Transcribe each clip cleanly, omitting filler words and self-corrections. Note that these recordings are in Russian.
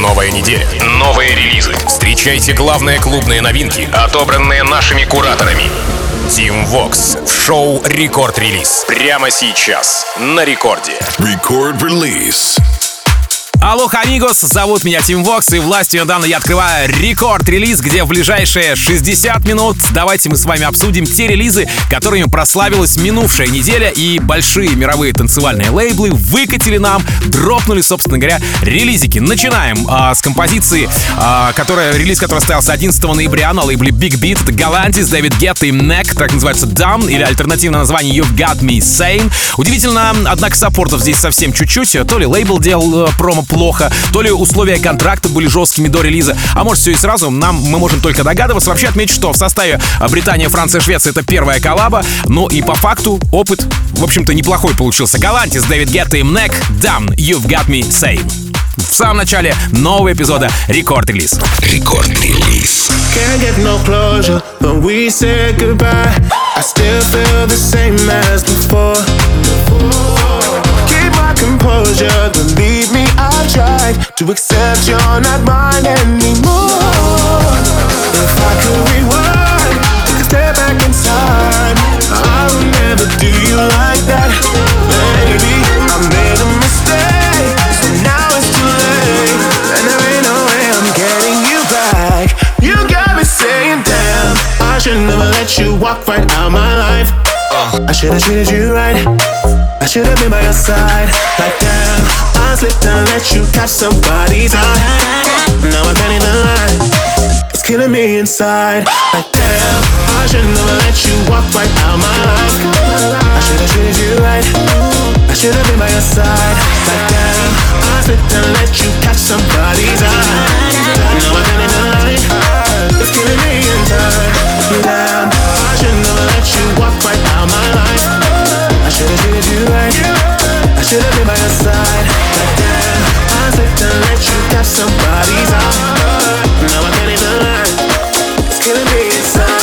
Новая неделя, новые релизы. Встречайте главные клубные новинки, отобранные нашими кураторами. Team Vox в шоу «Рекорд Релиз». Прямо сейчас на Рекорде. Record Release. Алоха, амигос, зовут меня Team Vox, и властью недавно я открываю рекорд-релиз, где в ближайшие 60 минут давайте мы с вами обсудим те релизы, которыми прославилась минувшая неделя, и большие мировые танцевальные лейблы выкатили нам, дропнули, собственно говоря, релизики. Начинаем с композиции, релиз, который состоялся 11 ноября на лейбле Big Beat. Это Galantis, Дэвид Гетта и Neck, трек называется Dumb, или альтернативное название You've Got Me Sane. Удивительно, однако саппортов здесь совсем чуть-чуть, то ли лейбл делал промо плохо, то ли условия контракта были жесткими до релиза, а может все и сразу, мы можем только догадываться. Вообще отмечу, что в составе Британия, Франция, Швеция это первая коллаба, но и по факту опыт, в общем-то, неплохой получился. Galantis, Дэвид Гетта и Neck, Dumb, You've Got Me Sane. В самом начале нового эпизода Рекорд-релиз. Рекорд-релиз. Can't get no closure when we say goodbye. I still feel the same as before. Keep my composure, believe me, I've tried to accept you're not mine anymore. If I could rewind, take a step back in time, I would never do you like that. Baby, I made a mistake, so now it's too late, and there ain't no way I'm getting you back. You got me saying, damn, I should never let you walk right out my life. I should've treated you right, I should've been by your side. Like damn, I slipped and let you catch somebody's eye. Now I'm bending the line, it's killing me inside. Like damn, I should never let you walk right out my life. I should've treated you right, I should've been by your side. Like damn, I slipped and let you catch somebody's eye. Now I'm bending the line, it's killing me inside. Damn, I should never let you walk right out my life. I should've treated you right, I should've been by your side. Like damn, I slipped and let you catch somebody's eye. Now I'm getting the line, it's killing me inside.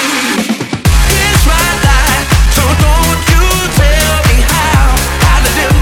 It's my life, so don't you tell me how to do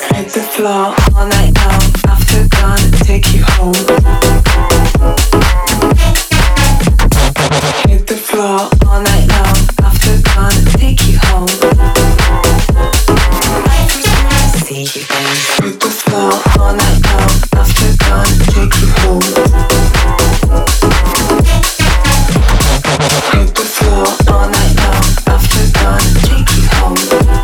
Hit the floor all night long. After gone, take you home. Hit the floor all night long. After gone, take you home. I just wanna see you dance. Hit the floor all night long. After gone, take you home. Hit the floor all night long. After gone, take you home.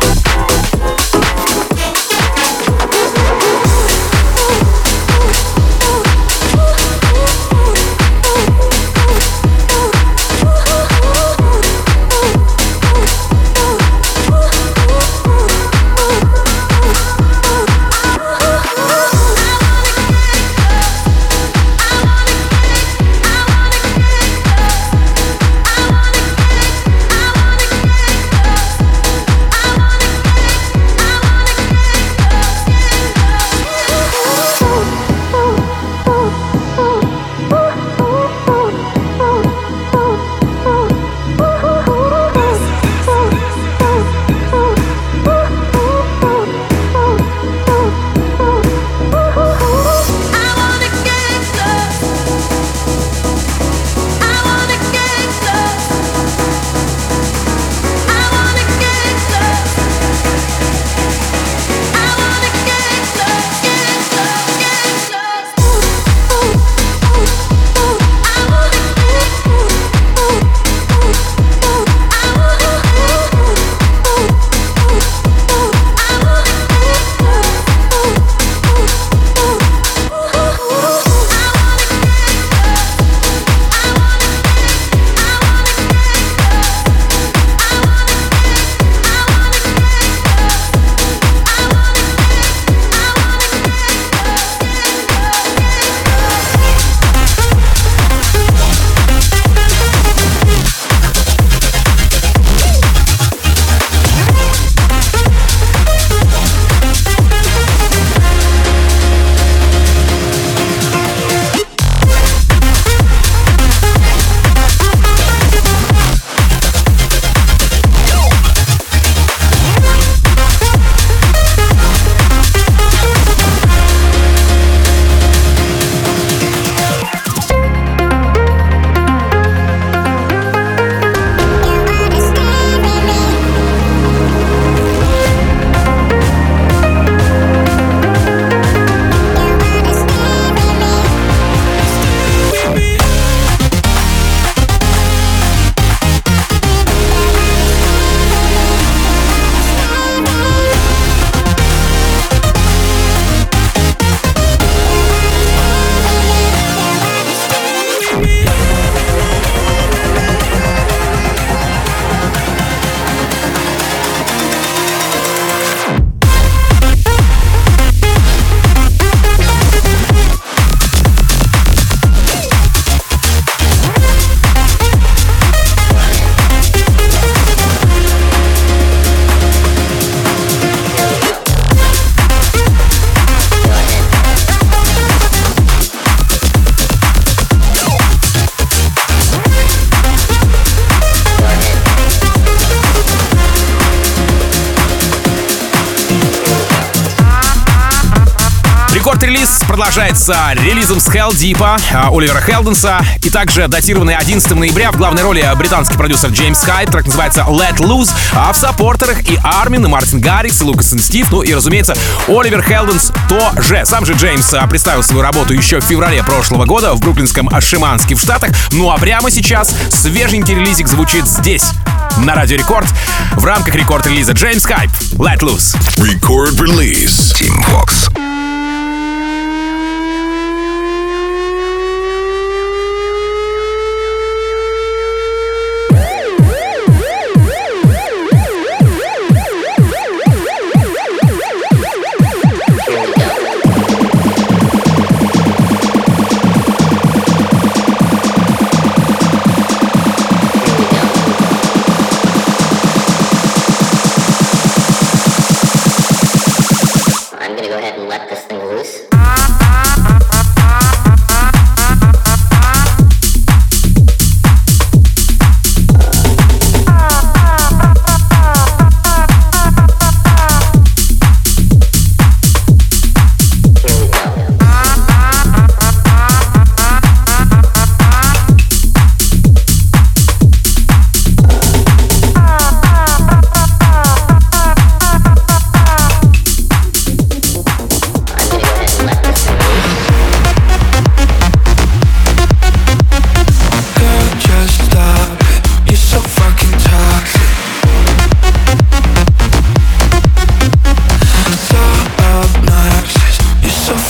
Релиз продолжается релизом с Hell Deep, Оливера Хелденса, и также датированный 11 ноября в главной роли британский продюсер Джеймс Хайд. Трек называется Let Loose, а в саппортерах и Армин, и Мартин Гаррикс, и Лукас и Стив, ну и, разумеется, Оливер Хелденс тоже. Сам же Джеймс представил свою работу еще в феврале прошлого года в бруклинском Шиманске в Штатах. Ну а прямо сейчас свеженький релизик звучит здесь, на Радио Рекорд, в рамках рекорд-релиза Джеймс Хайд Let Loose. Record release. Team Vox.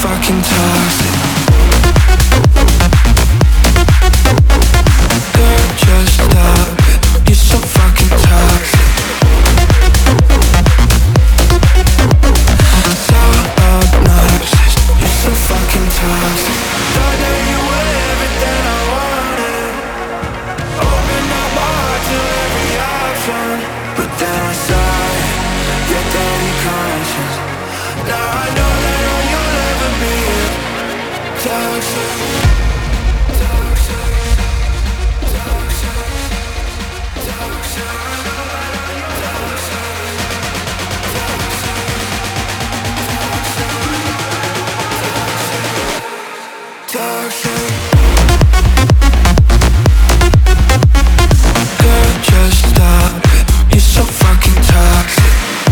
fucking toxic. Girl, just stop it. You're so fucking toxic. So obnoxious. You're so fucking toxic. Thought that you were everything I wanted. Open up my heart to every option, but then I saw your dirty conscience. Now I know that all you'll ever be is toxic. Toxic. Toxic. Toxic. Toxic. Girl, just stop it. You're so fucking toxic.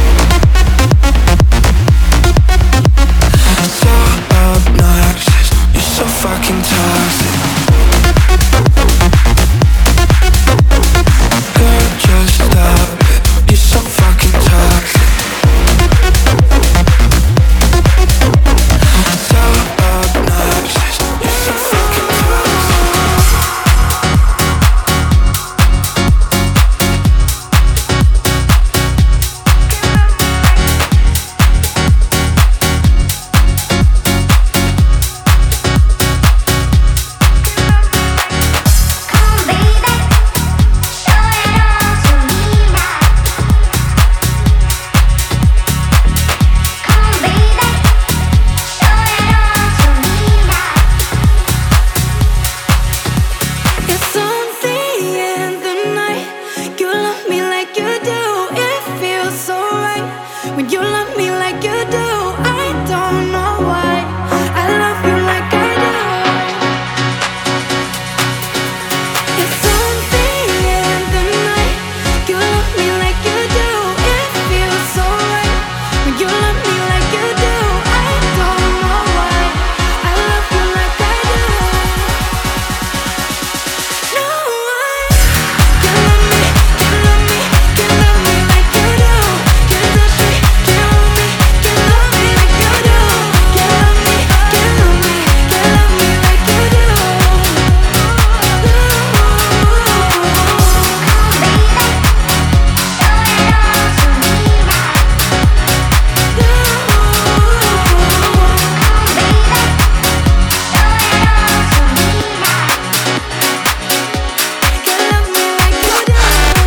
So obnoxious. You're so fucking toxic. Girl, just stop it. You're so fucking toxic. So obnoxious. You're so fucking toxic. It's something in the night. You love me like you do. It feels so right when you love me like you do. I don't know why I love you like I do. It's something in the night. You love me like you do. It feels so right when you love me like you do. I don't know why I love you like I do. No way. You love me, you love me, you love me like you do. You love me, you love me, you love me like you do. You love me, you love me, you love me like you do. You love me like you do.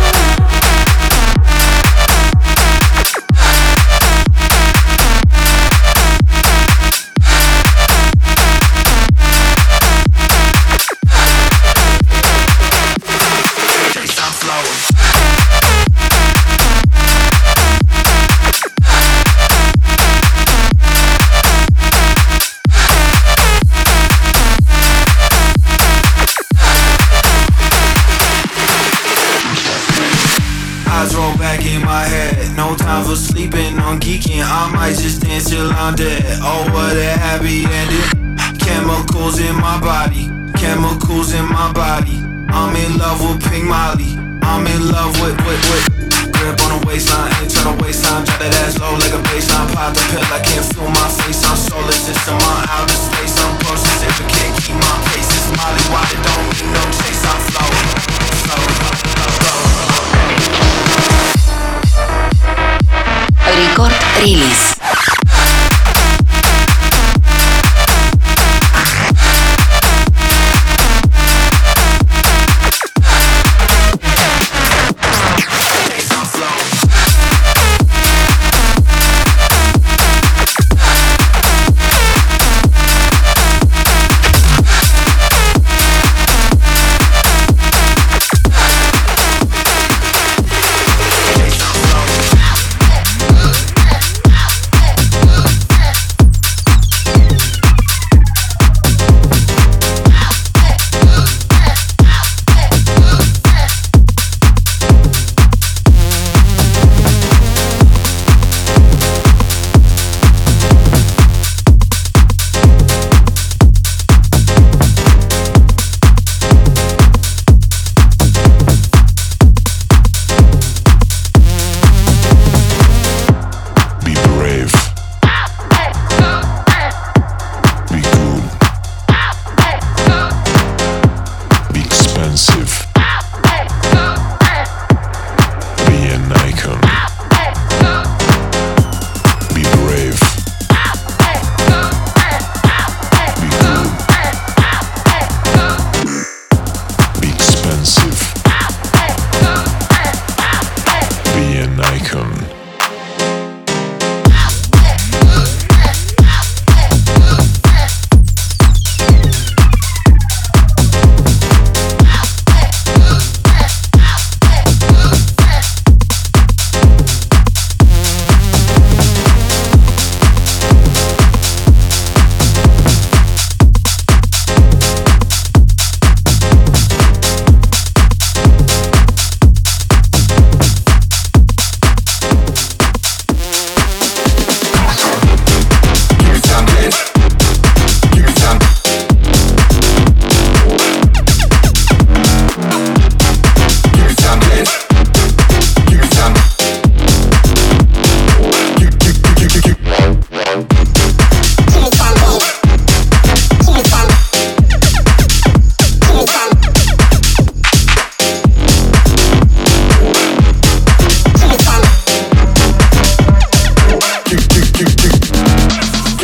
Eyes roll back in my head. No time for sleeping on geeking. I might just dance till I'm dead. Oh, what a happy ending. Chemicals in my body. Chemicals in my body. I'm in love with Pink Molly. I'm in love with grip on the waistline, internal waistline. Drop that ass low like a baseline. Pop the pill, I can't feel my face. I'm solar system, I'm outer space. I'm processing, but can't keep my pace. It's Molly, why it don't need no chase. I'm flowing, Рекорд-релиз.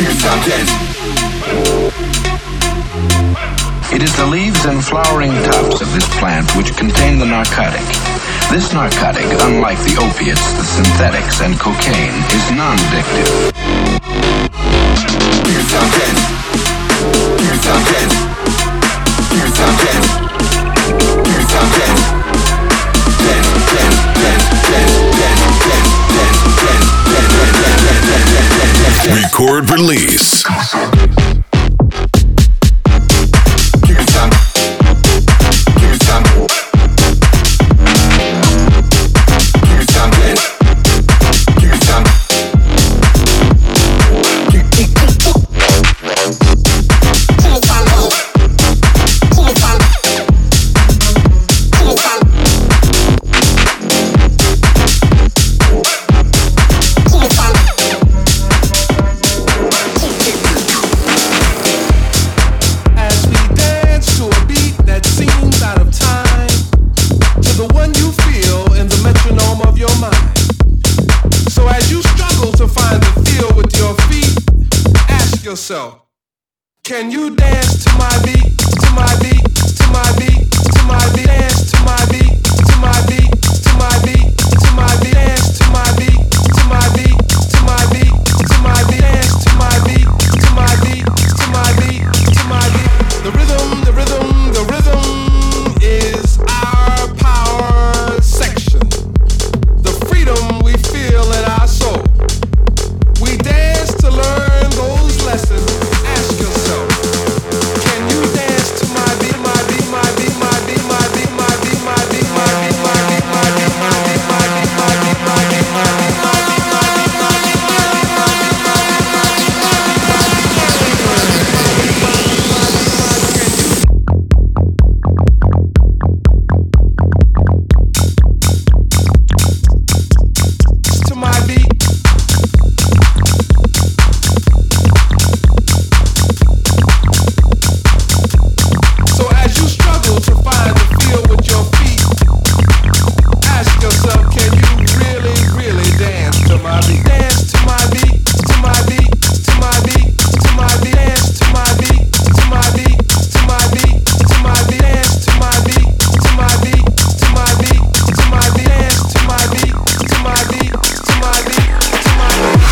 It is the leaves and flowering tufts of this plant which contain the narcotic. This narcotic, unlike the opiates, the synthetics, and cocaine, is non-addictive. Record release. Can you dance to my beat, to my beat, to my beat, to my beat, dance to my beat, to my beat, to my beat, to my beat, dance to my beat, to my beat, to my beat, to my beat, dance to my beat, to my beat, to my beat, to my beat. The rhythm, the rhythm, the rhythm is our power section. The freedom we feel in our soul. We dance to learn those lessons. Ask yourself, can you dance to my beat, my beat, my beat, my beat, my beat, my beat, my beat, my beat, my beat, my beat, my beat, my beat, my beat, my beat, my beat, my beat. To my beat. So as you struggle to find the feel with your feet, ask yourself, can you really, really dance to my beat? Dance to my beat, to my beat, to my beat, to my beat, dance to my beat, to my beat, to my beat, to my beat, dance to my beat, to my beat, to my beat, to my beat, dance to my beat, to my beat, to my beat, to my beat.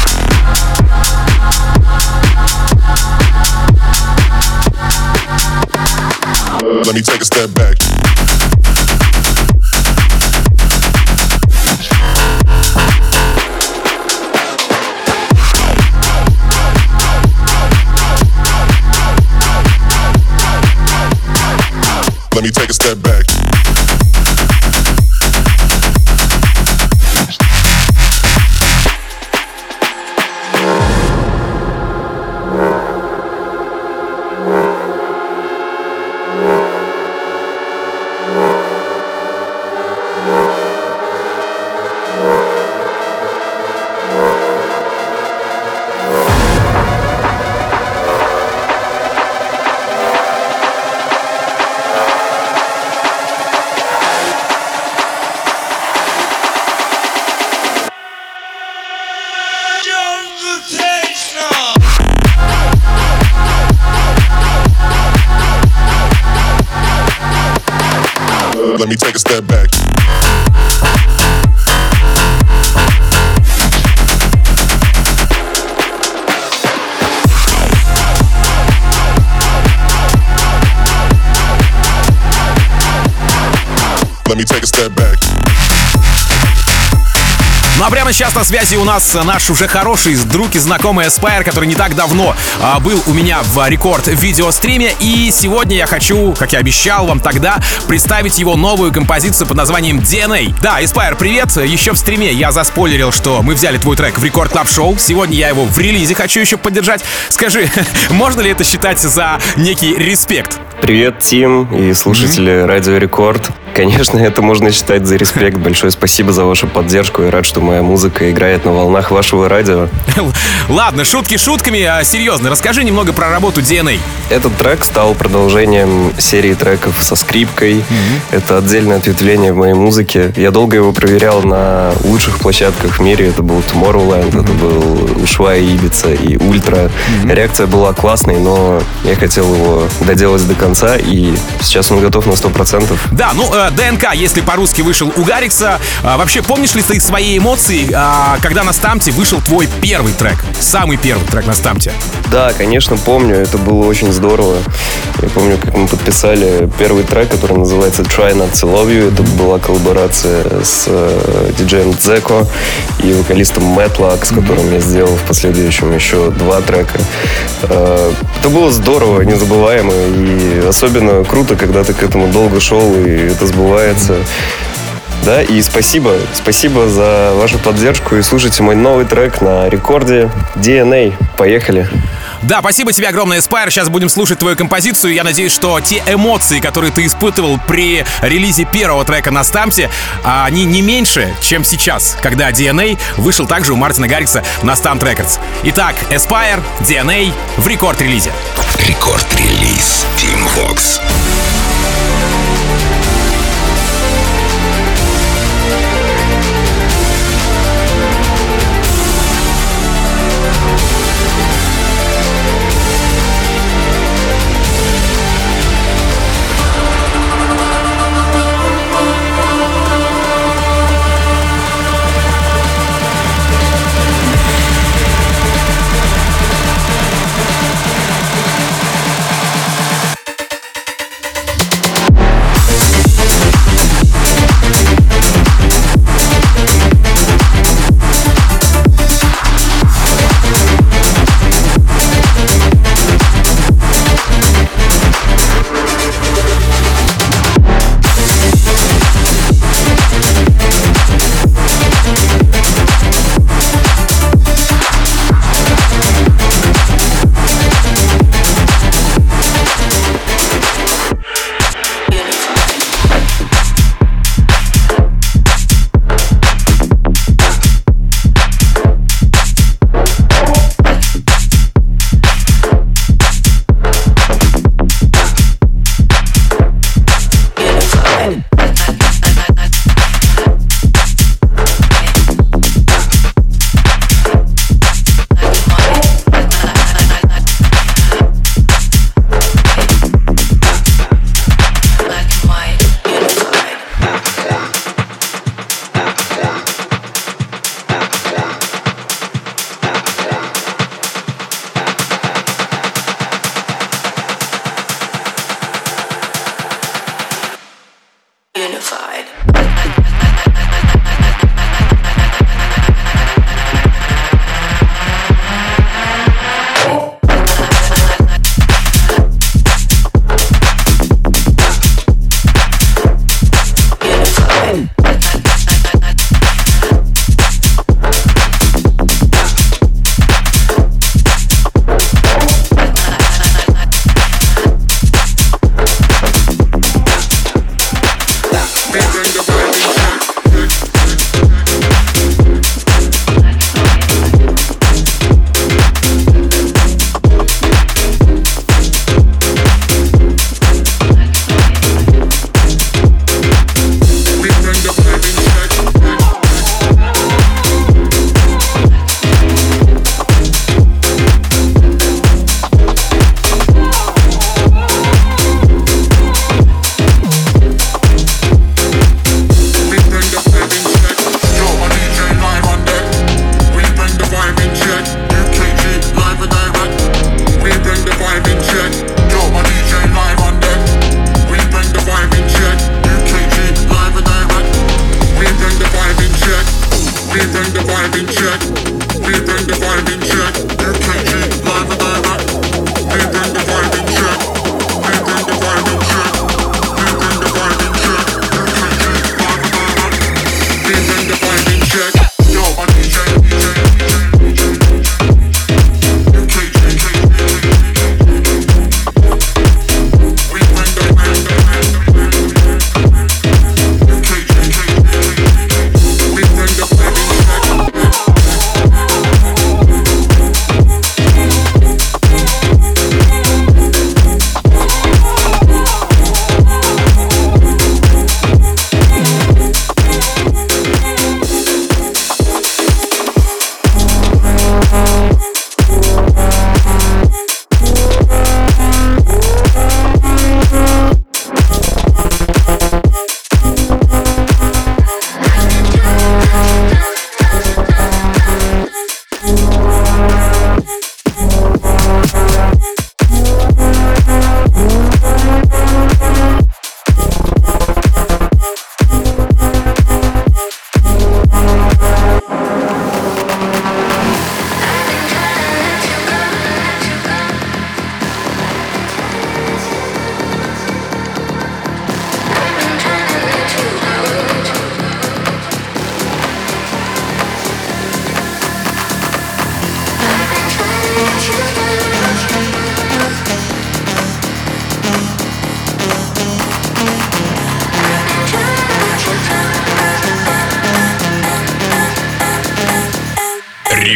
Let me take a step back. Let me take a step back. Let me take a step back. Let me take a step back. Ну а прямо сейчас на связи у нас наш уже хороший друг и знакомый Aspire, который не так давно был у меня в рекорд-видеостриме. И сегодня я хочу, как я обещал вам тогда, представить его новую композицию под названием DNA. Да, Aspire, привет! Еще в стриме я заспойлерил, что мы взяли твой трек в Рекорд Клаб Шоу. Сегодня я его в релизе хочу еще поддержать. Скажи, можно ли это считать за некий респект? Привет, Тим и слушатели Радио Рекорд. Конечно, это можно считать за респект. Большое спасибо за вашу поддержку. И рад, что моя музыка играет на волнах вашего радио. Ладно, шутки шутками, а серьезно, расскажи немного про работу DNA. Этот трек стал продолжением серии треков со скрипкой. Это отдельное ответвление в моей музыке. Я долго его проверял на лучших площадках в мире. Это был Tomorrowland, это был Ушвай, Ибица и Ультра. Реакция была классной, но я хотел его доделать до конца, и сейчас он готов на 100%. Да, ДНК, если по-русски, вышел у Гаррикса. Вообще, помнишь ли ты свои эмоции, когда на Стампте вышел твой первый трек? Самый первый трек на Стампте. Да, конечно, помню. Это было очень здорово. Я помню, как мы подписали первый трек, который называется Try Not To Love You. Это была коллаборация с диджеем Дзеко и вокалистом Мэтлак, с которым я сделал в последующем еще 2 трека. Это было здорово, незабываемо. И особенно круто, когда ты к этому долго шел, и это сбывается. Да, и спасибо за вашу поддержку. И слушайте мой новый трек на рекорде DNA. Поехали. Да, спасибо тебе огромное, Aspire. Сейчас будем слушать твою композицию. Я надеюсь, что те эмоции, которые ты испытывал при релизе первого трека на Стампте, они не меньше, чем сейчас, когда DNA вышел также у Мартина Гаррикса на Stamp Records. Итак, Aspire, DNA в рекорд-релизе. Рекорд-релиз Team Vox.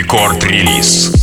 Рекорд-релиз.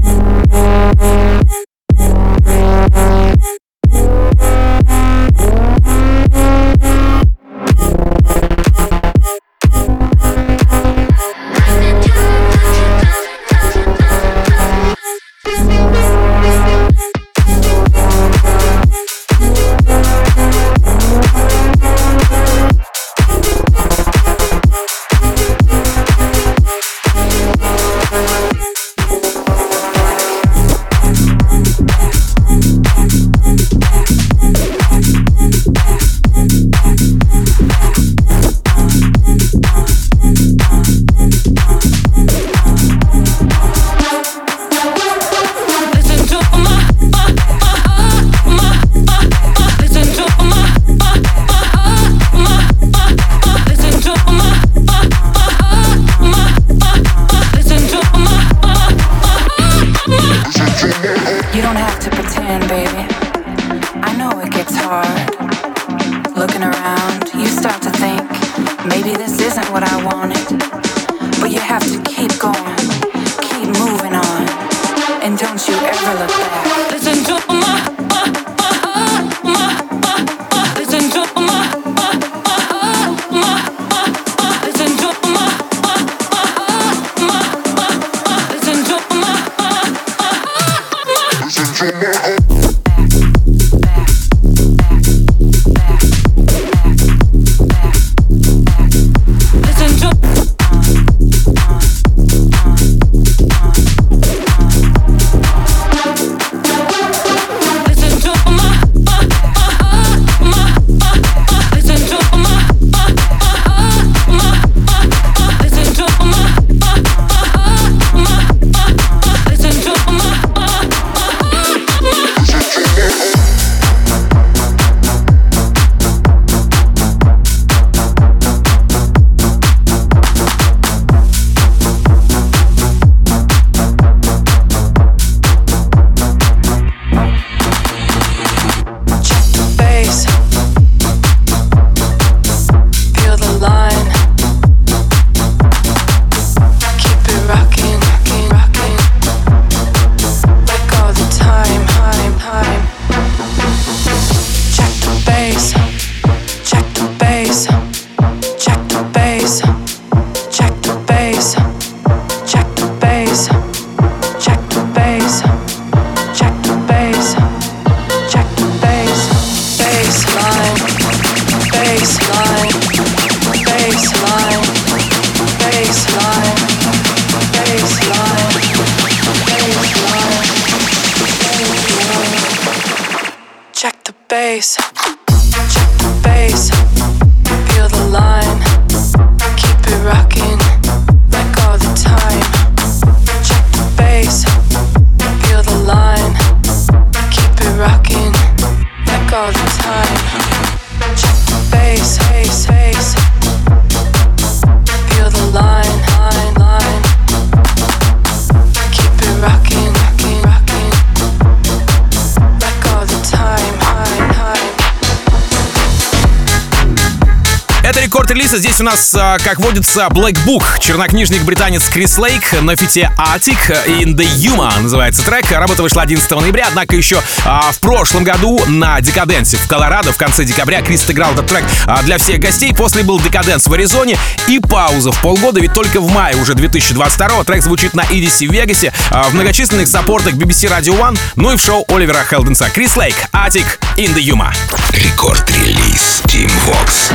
Рекорд-релиза здесь у нас, как водится, Black Book, чернокнижник-британец Крис Лейк на фите Attic, In The Yuma называется трек. Работа вышла 11 ноября, однако еще в прошлом году на Декаденсе в Колорадо в конце декабря Крис сыграл этот трек для всех гостей. После был Декаденс в Аризоне и пауза в полгода, ведь только в мае уже 2022 трек звучит на EDC в Вегасе, в многочисленных саппортах BBC Radio One, ну и в шоу Оливера Хелденса. Крис Лейк, Attic, In The Yuma. Рекорд-релиз Team Vox.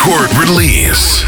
Record Release.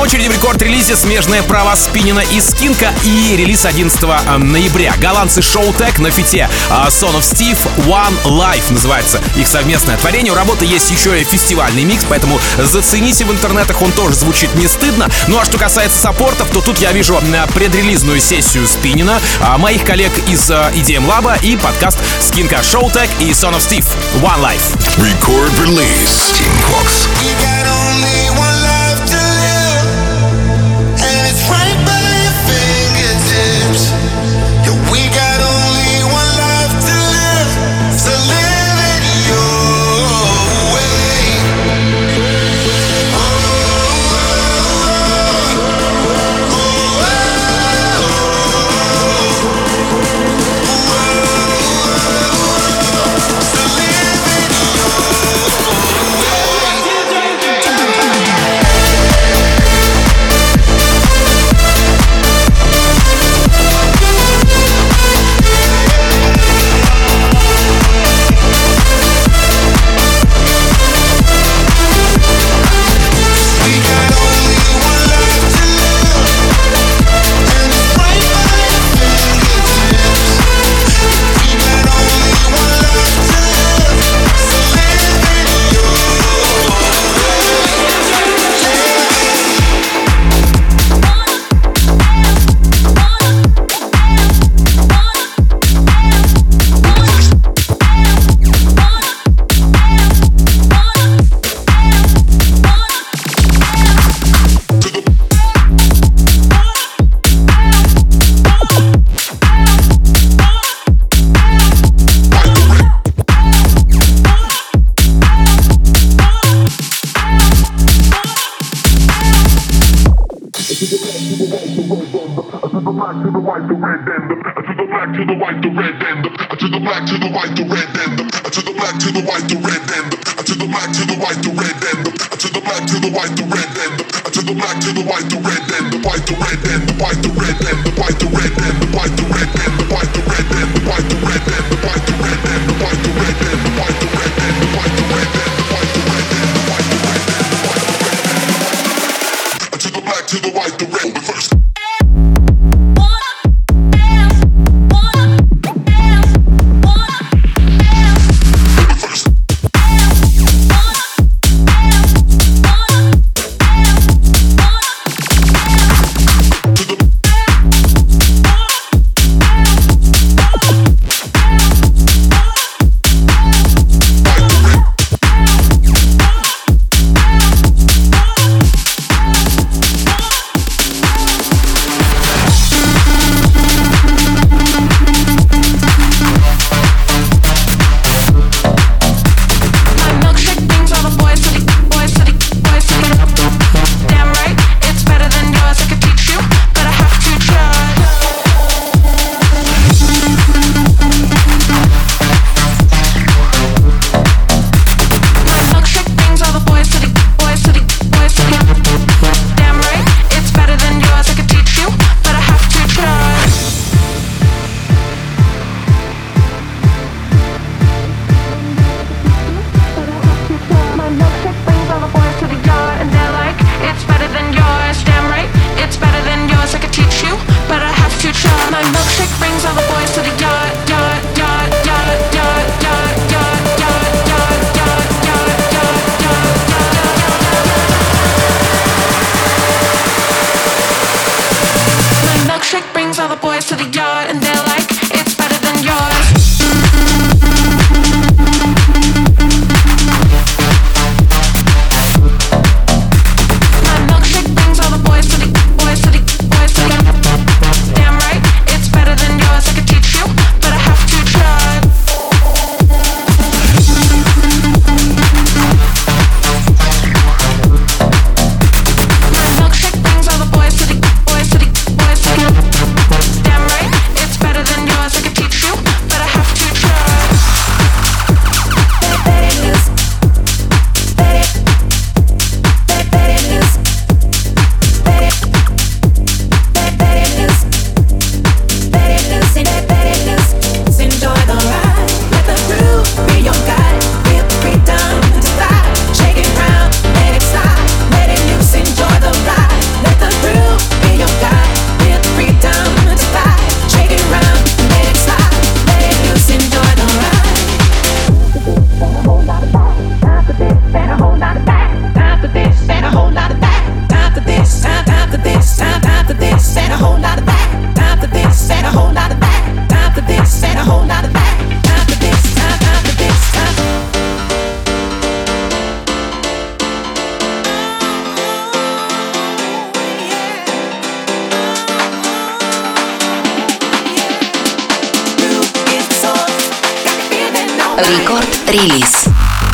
очереди в рекорд-релизе смежное право Спинина и Скинка и релиз 11 ноября. Голландцы Showtek на фите Son of Steve One Life называется их совместное творение. У работы есть еще и фестивальный микс, поэтому зацените в интернетах, он тоже звучит не стыдно. Ну а что касается саппортов, то тут я вижу предрелизную сессию Спинина, моих коллег из EDM Lab и подкаст Скинка, Showtek и Son of Steve One Life. Record release. Team Vox. Рекорд-релиз.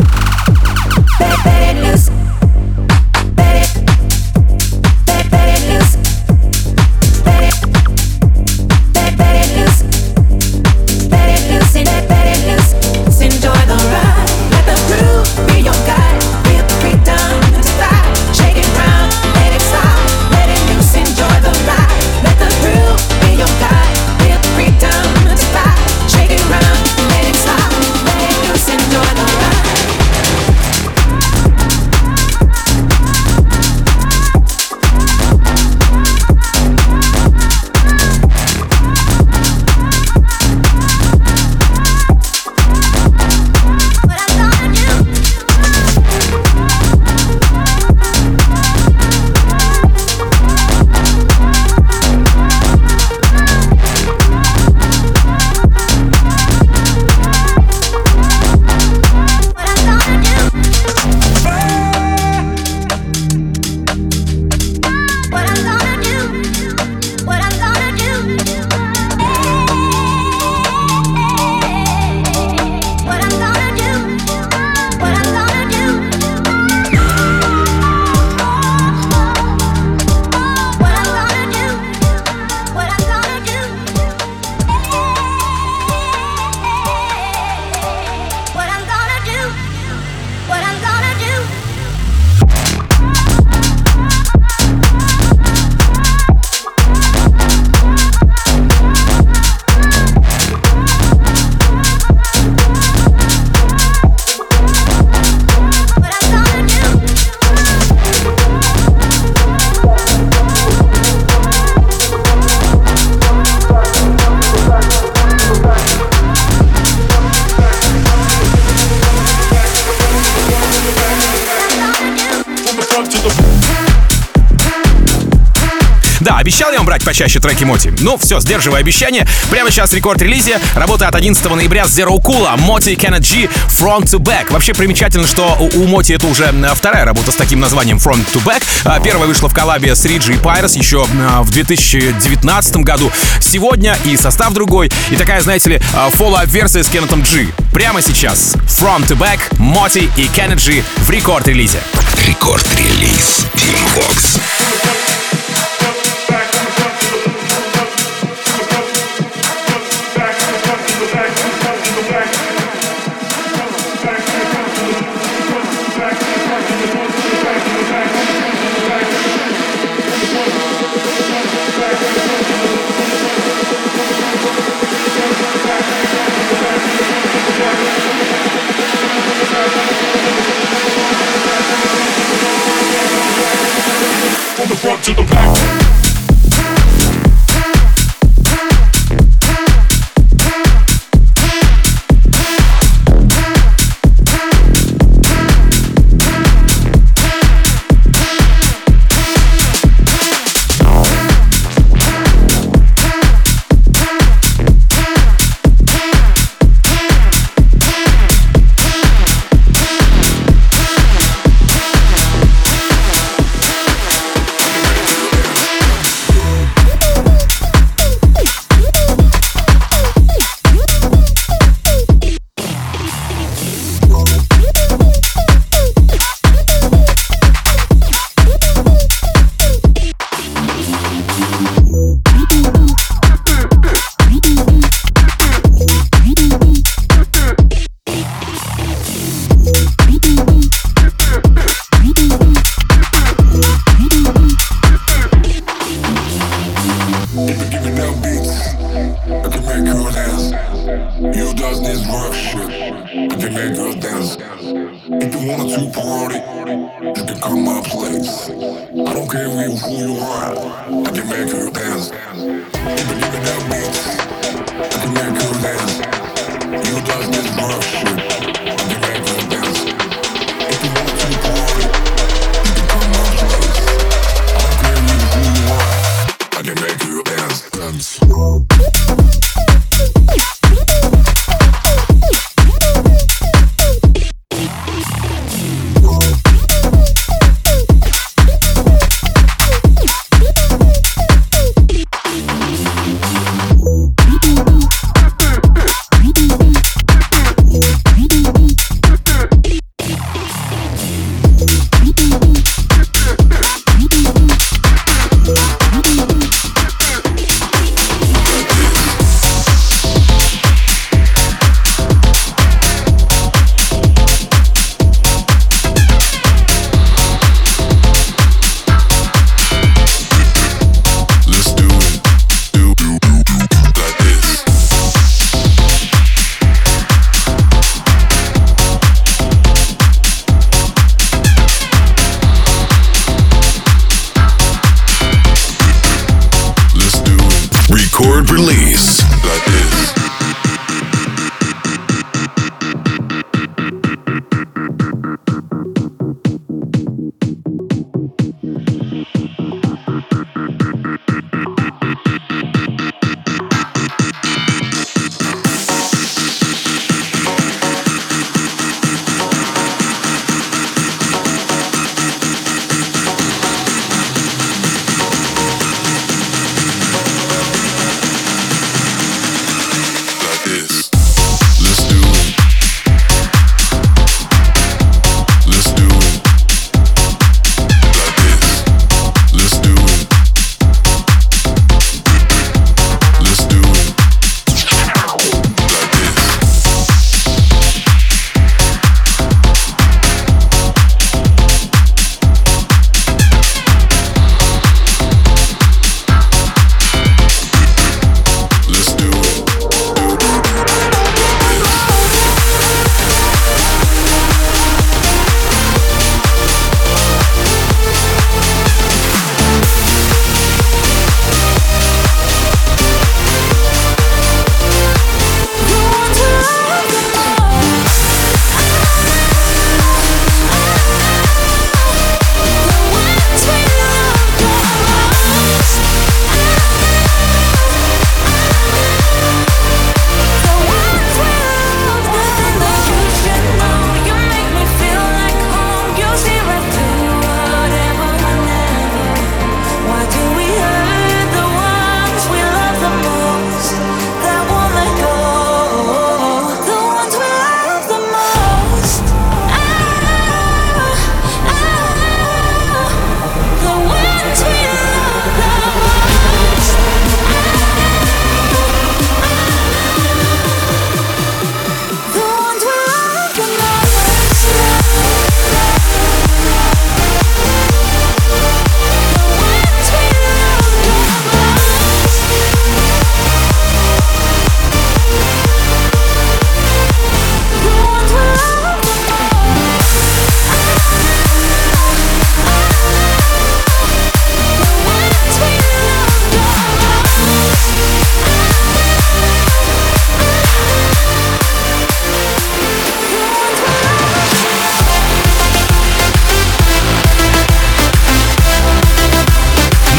Да, обещал я вам брать почаще треки Моти. Ну, все, сдерживаю обещание. Прямо сейчас рекорд-релизе. Работа от 11 ноября с Zero Cool. Моти и Kenneth G Front to Back. Вообще примечательно, что у Моти это уже вторая работа с таким названием Front to Back. Первая вышла в коллабе с Риджи и Пайрос еще в 2019 году. Сегодня и состав другой. И такая, знаете ли, фоллоуап-версия с Кеннетом G. Прямо сейчас Front to Back, Моти и Kenneth G в рекорд-релизе. Рекорд-релиз Team Vox. Front to the back.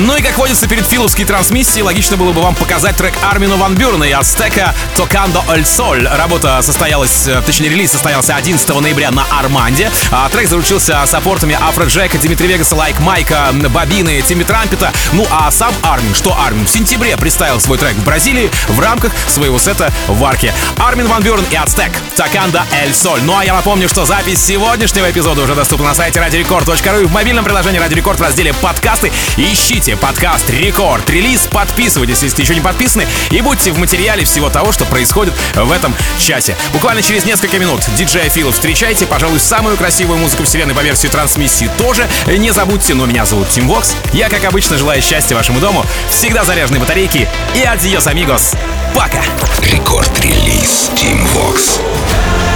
Ну и как водится перед филовской трансмиссией, логично было бы вам показать трек Армина ван Бюрена и Ацтека «Tocando el Sol». Работа состоялась, точнее релиз состоялся 11 ноября на Арманде. Трек заручился саппортами Афроджека, Димитри Вегаса, Лайк Майка, Бобины, Тимми Трампета. Ну а сам Армин, в сентябре представил свой трек в Бразилии в рамках своего сета в Арке. Армин ван Бюрен и Ацтек «Tocando el Sol». Ну а я напомню, что запись сегодняшнего эпизода уже доступна на сайте radiorecord.ru и в мобильном приложении Radio Record в разделе «Подкасты». Ищите подкаст «Рекорд Релиз», подписывайтесь, если еще не подписаны, и будьте в материале всего того, что происходит в этом часе. Буквально через несколько минут диджея Фила встречайте, пожалуй, самую красивую музыку вселенной по версии трансмиссии тоже. Не забудьте, но меня зовут Тим Вокс. Я, как обычно, желаю счастья вашему дому, всегда заряженной батарейки и адьос, амигос. Пока! Рекорд-релиз Team Vox.